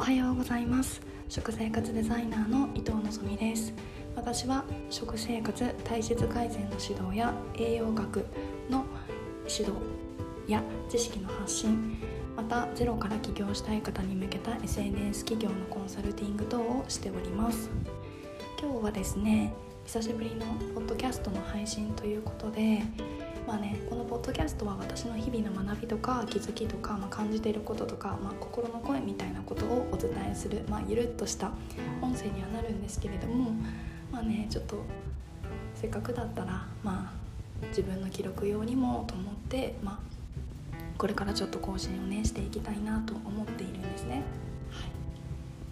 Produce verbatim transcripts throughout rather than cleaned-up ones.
はようございます。食生活デザイナーの伊藤のぞみです。私は食生活体質改善の指導や栄養学の指導や知識の発信、またゼロから起業したい方に向けた エスエヌエス 企業のコンサルティング等をしております。今日はですね、久しぶりのポッドキャストの配信ということで、まあね、このポッドキャストは私の日々の学びとか気づきとか、まあ、感じていることとか、まあ、心の声みたいなことをお伝えする、まあ、ゆるっとした音声にはなるんですけれども、まあね、ちょっとせっかくだったら、まあ、自分の記録用にもと思って、まあ、これからちょっと更新をねしていきたいなと思っているんですね。はい、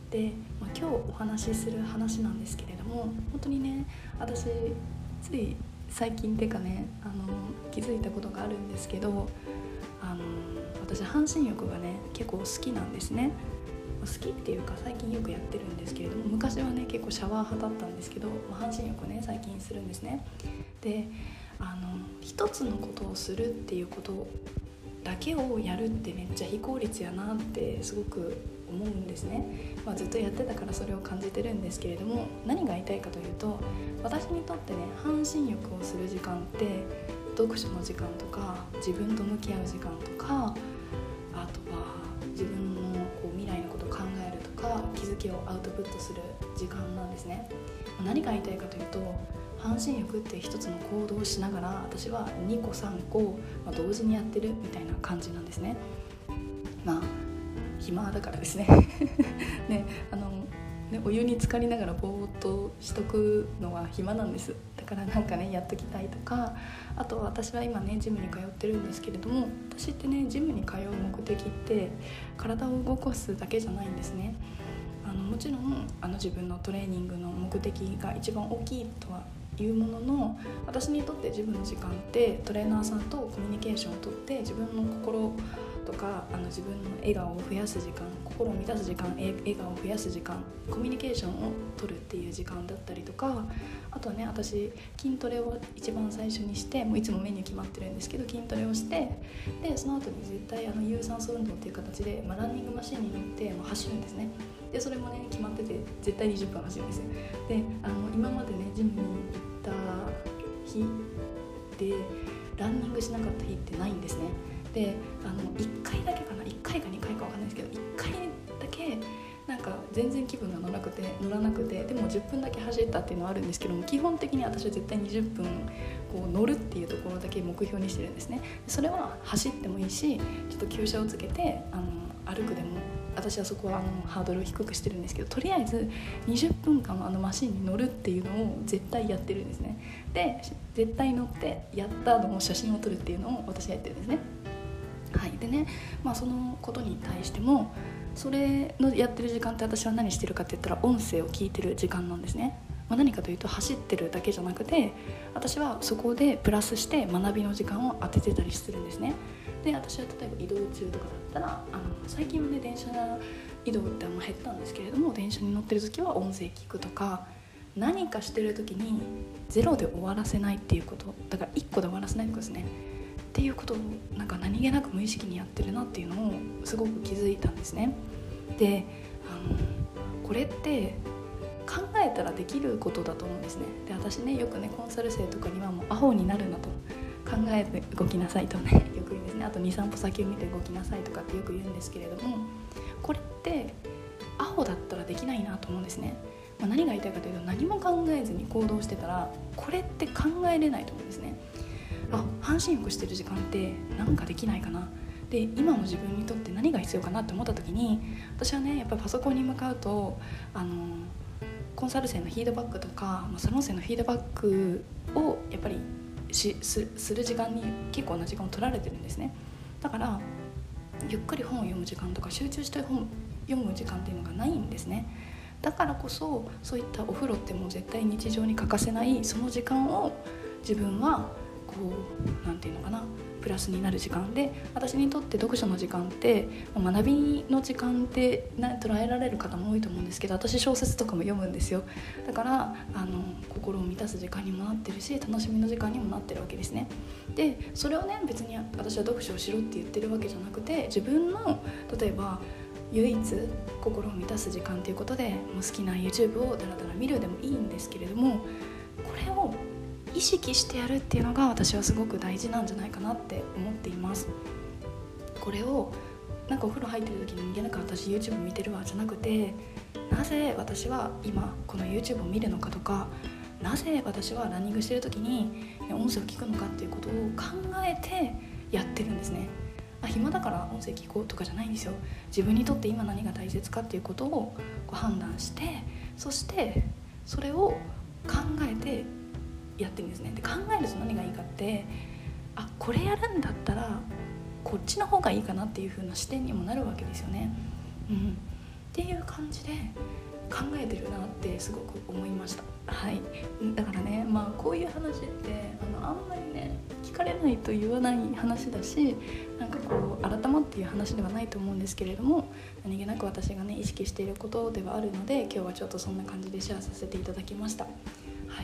で、まあ、今日お話しする話なんですけれども、本当にね、私つい最近っていうかね、あの気づいたことがあるんですけど、あの私半身浴がね結構好きなんですね。好きっていうか最近よくやってるんですけれども、昔はね結構シャワー派だったんですけど、まあ、半身浴をね最近するんですね。で、あの一つのことをするっていうことだけをやるってめっちゃ非効率やなってすごく思うんですね。まあ、ずっとやってたからそれを感じてるんですけれども、何が言いたいかというと、私にとってね半身浴をする時間って読書の時間とか自分と向き合う時間とか、あとは自分のこう未来のことを考えるとか気づきをアウトプットする時間なんですね。まあ、何が言いたいかというと、半身浴って一つの行動をしながら私はにこさんこ、まあ、同時にやってるみたいな感じなんですね。まあ暇だからですねね、あのね、お湯に浸かりながらぼーっとしとくのは暇なんです。だからなんかねやっときたいとか、あと私は今ねジムに通ってるんですけれども、私ってねジムに通う目的って体を動かすだけじゃないんですね。あのもちろんあの自分のトレーニングの目的が一番大きいとはいうものの、私にとって自分の時間ってトレーナーさんとコミュニケーションをとって自分の心とかあの自分の笑顔を増やす時間、心を満たす時間、笑顔を増やす時間、コミュニケーションを取るっていう時間だったりとか、あとはね私筋トレを一番最初にして、もういつもメニュー決まってるんですけど筋トレをして、でその後に絶対あの有酸素運動っていう形で、まあ、ランニングマシンに乗って、まあ、走るんですね。でそれもね決まってて絶対にじゅっぷん走るんですよ。であの今までねジムに行った日でランニングしなかった日ってないんですね。であのいっかいだけかな、いっかいかにかいか分かんないですけど、いっかいだけなんか全然気分が乗らなくて乗らなくてでもじゅっぷんだけ走ったっていうのはあるんですけども、基本的に私は絶対にじゅっぷんこう乗るっていうところだけ目標にしてるんですね。それは走ってもいいし、ちょっと急車をつけてあの歩くでも、私はそこはあのハードルを低くしてるんですけど、とりあえずにじゅっぷんかんあのマシンに乗るっていうのを絶対やってるんですね。で絶対乗ってやった後の写真を撮るっていうのを私はやってるんですね。はい、でね、まあ、そのことに対してもそれのやってる時間って私は何してるかって言ったら音声を聞いてる時間なんですね。まあ、何かというと走ってるだけじゃなくて、私はそこでプラスして学びの時間を当ててたりするんですね。で私は例えば移動中とかだったら、あの最近はね電車移動ってあんま減ったんですけれども、電車に乗ってる時は音声聞くとか、何かしてる時にゼロで終わらせないっていうこと、だからいっこで終わらせないってことですねっていうことをなんか何気なく無意識にやってるなっていうのをすごく気づいたんですね。であのこれって考えたらできることだと思うんですね。で私ねよくねコンサル生とかにはもうアホになるなと、考えて動きなさいとねよく言うんですね。あと にさん 歩先を見て動きなさいとかってよく言うんですけれども、これってアホだったらできないなと思うんですね。まあ、何が言いたいかというと、何も考えずに行動してたらこれって考えれないと思うんですね。あ、半身浴してる時間ってなんかできないかな、で今の自分にとって何が必要かなって思った時に、私はねやっぱりパソコンに向かうとあのコンサル生のフィードバックとか、まあ、サロン生のフィードバックをやっぱりし す, する時間に結構な時間を取られてるんですね。だからゆっくり本を読む時間とか集中して本読む時間っていうのがないんですね。だからこそそういったお風呂ってもう絶対日常に欠かせないその時間を自分はこうなんていうのかな、プラスになる時間で、私にとって読書の時間って学びの時間って捉えられる方も多いと思うんですけど、私小説とかも読むんですよ。だからあの心を満たす時間にもなってるし、楽しみの時間にもなってるわけですね。でそれをね別に私は読書をしろって言ってるわけじゃなくて、自分の例えば唯一心を満たす時間ということでもう好きな YouTube をだらだら見るでもいいんですけれども、これを意識してやるっていうのが私はすごく大事なんじゃないかなって思っています。これをなんかお風呂入ってる時に、いやなんか私 YouTube 見てるわじゃなくて、なぜ私は今この YouTube を見るのかとか、なぜ私はランニングしてる時に音声を聞くのかっていうことを考えてやってるんですね。あ、暇だから音声聞こうとかじゃないんですよ。自分にとって今何が大切かっていうことをこう判断して、そしてそれを考えてやってるんですね。で、考えると何がいいかって、あ、これやるんだったらこっちの方がいいかなっていう風な視点にもなるわけですよね、うん、っていう感じで考えてるなってすごく思いました。はい、だからね、まあこういう話ってあのあんまりね聞かれないと言わない話だし、なんかこう改まっていう話ではないと思うんですけれども、何気なく私がね意識していることではあるので、今日はちょっとそんな感じでシェアさせていただきました。はい、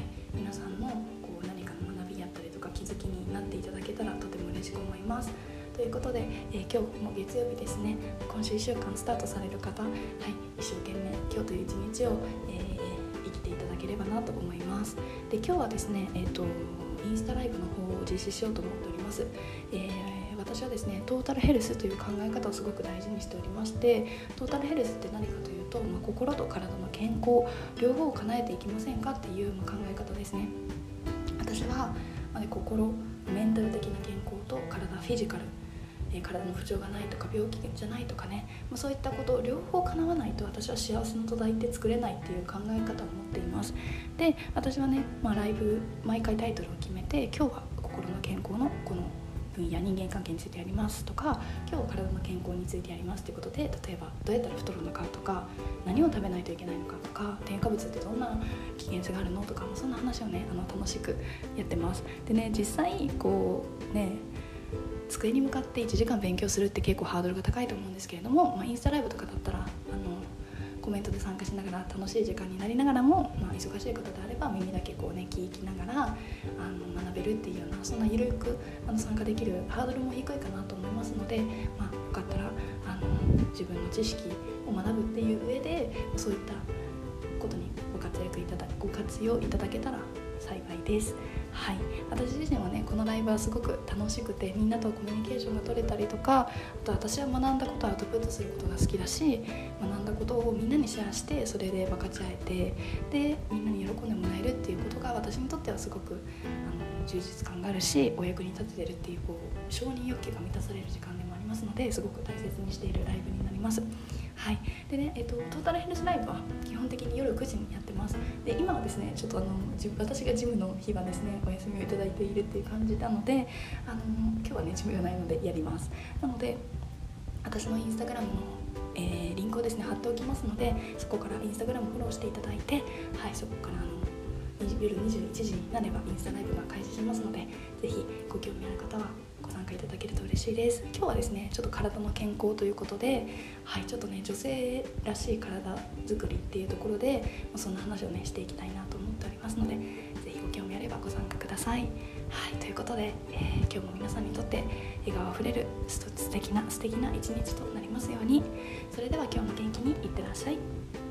皆さんのこう何かの学びやったりとか気づきになっていただけたらとても嬉しく思います。ということで、えー、今日も月曜日ですね。今週いっしゅうかんスタートされる方、はい、一生懸命今日という一日を、えー、生きていただければなと思います。で、今日はですね、えーと、インスタライブの方を実施しようと思っております。えー、私はですね、トータルヘルスという考え方をすごく大事にしておりまして、トータルヘルスって何かというと、まあ、心と体の健康両方を叶えていきませんかっていう、まあ、考え方ですね。私は、まあね、心、メンタル的な健康と体、フィジカル、体の不調がないとか病気じゃないとかね、まあ、そういったことを両方叶わないと私は幸せの土台って作れないっていう考え方を持っています。で、私はね、まあ、ライブ毎回タイトルを決めて、今日は心の健康のこの分野、人間関係についてやりますとか、今日は体の健康についてやりますということで、例えばどうやったら太るのかとか、何を食べないといけないのかとか、添加物ってどんな危険性があるのとか、そんな話をねあの楽しくやってます。でね、実際こうね机に向かっていちじかん勉強するって結構ハードルが高いと思うんですけれども、まあ、インスタライブとかだったらあのコメントで参加しながら楽しい時間になりながらも、まあ、忙しい方であれば耳だけこうね聞きながらあの学べるっていうような、そんなゆるくあの参加できるハードルも低いかなと思いますので、まあ、よかったらあの自分の知識を学ぶっていう上でそういったことにご活躍いただご活用いただけたら幸いです。はい、私自身はねこのライブはすごく楽しくて、みんなとコミュニケーションが取れたりとか、あと私は学んだことをアウトプットすることが好きだし、学んだことをみんなにシェアして、それで分かち合えて、でみんなに喜んでもらえるっていうことが私にとってはすごくあの充実感があるし、お役に立ててるっていう、こう承認欲求が満たされる時間でもありますので、すごく大切にしているライブになります。はい、でね、えっと、トータルヘルスライブは基本的に夜くじにやってます。で、今はですねちょっとあの私がジムの日はですねお休みをいただいているっていう感じなので、あの今日はねジムがないのでやります。なので私のインスタグラムの、えー、リンクをですね貼っておきますので、そこからインスタグラムフォローしていただいて、はい、そこからあの夜にじゅういちじになればインスタライブが開始しますので、ぜひご興味ある方はご参加いただけると嬉しいです。今日はですねちょっと体の健康ということで、はい、ちょっとね女性らしい体作りっていうところでそんな話をねしていきたいなと思っておりますので、ぜひご興味あればご参加ください。はい、ということで、えー、今日も皆さんにとって笑顔あふれる素敵な素敵な一日となりますように。それでは今日も元気にいってらっしゃい。